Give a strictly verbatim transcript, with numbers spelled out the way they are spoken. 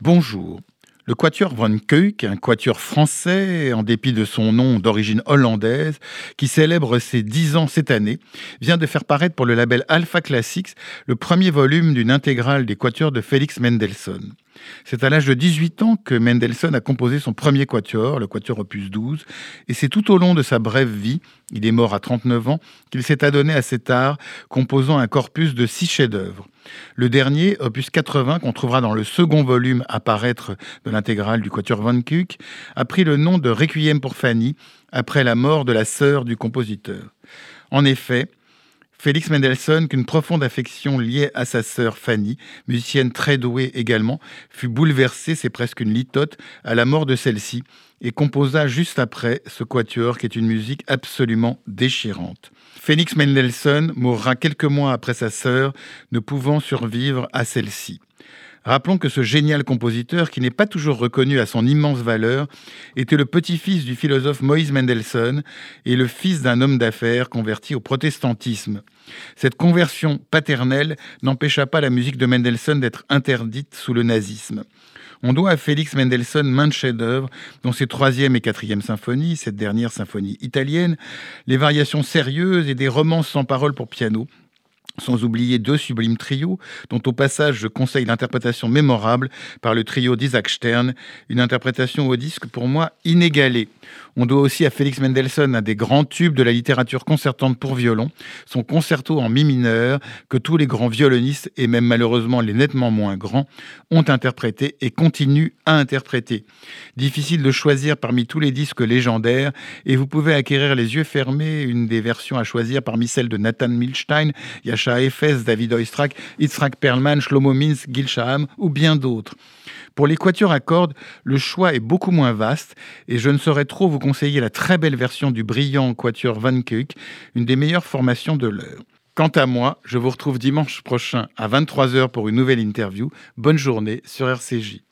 Bonjour. Le quatuor Van Cuyck, un quatuor français, en dépit de son nom d'origine hollandaise, qui célèbre ses dix ans cette année, vient de faire paraître pour le label Alpha Classics le premier volume d'une intégrale des quatuors de Félix Mendelssohn. C'est à l'âge de dix-huit ans que Mendelssohn a composé son premier quatuor, le quatuor opus douze, et c'est tout au long de sa brève vie, il est mort à trente-neuf ans, qu'il s'est adonné à cet art, composant un corpus de six chefs-d'œuvre. Le dernier, opus quatre-vingts, qu'on trouvera dans le second volume à paraître de l'intégrale du quatuor Van Cuyck, a pris le nom de Requiem pour Fanny, après la mort de la sœur du compositeur. En effet, Félix Mendelssohn, qu'une profonde affection liée à sa sœur Fanny, musicienne très douée également, fut bouleversé, c'est presque une litote, à la mort de celle-ci, et composa juste après ce quatuor qui est une musique absolument déchirante. Félix Mendelssohn mourra quelques mois après sa sœur, ne pouvant survivre à celle-ci. Rappelons que ce génial compositeur, qui n'est pas toujours reconnu à son immense valeur, était le petit-fils du philosophe Moïse Mendelssohn et le fils d'un homme d'affaires converti au protestantisme. Cette conversion paternelle n'empêcha pas la musique de Mendelssohn d'être interdite sous le nazisme. On doit à Félix Mendelssohn maintes chefs-d'œuvre, dont ses troisième et quatrième symphonies, cette dernière symphonie italienne, les variations sérieuses et des romances sans paroles pour piano, sans oublier deux sublimes trios, dont au passage je conseille l'interprétation mémorable par le trio d'Isaac Stern, une interprétation au disque pour moi inégalée. On doit aussi à Félix Mendelssohn un des grands tubes de la littérature concertante pour violon, son concerto en mi mineur, que tous les grands violonistes, et même malheureusement les nettement moins grands, ont interprété et continuent à interpréter. Difficile de choisir parmi tous les disques légendaires, et vous pouvez acquérir les yeux fermés une des versions à choisir parmi celles de Nathan Milstein, Jascha Heifetz, David Oistrakh, Itzhak Perlman, Shlomo Mintz, Gil Shaham ou bien d'autres. Pour les quatuors à cordes, le choix est beaucoup moins vaste et je ne saurais trop vous conseiller la très belle version du brillant quatuor Van Cuyck, une des meilleures formations de l'heure. Quant à moi, je vous retrouve dimanche prochain à vingt-trois heures pour une nouvelle interview. Bonne journée sur R C J.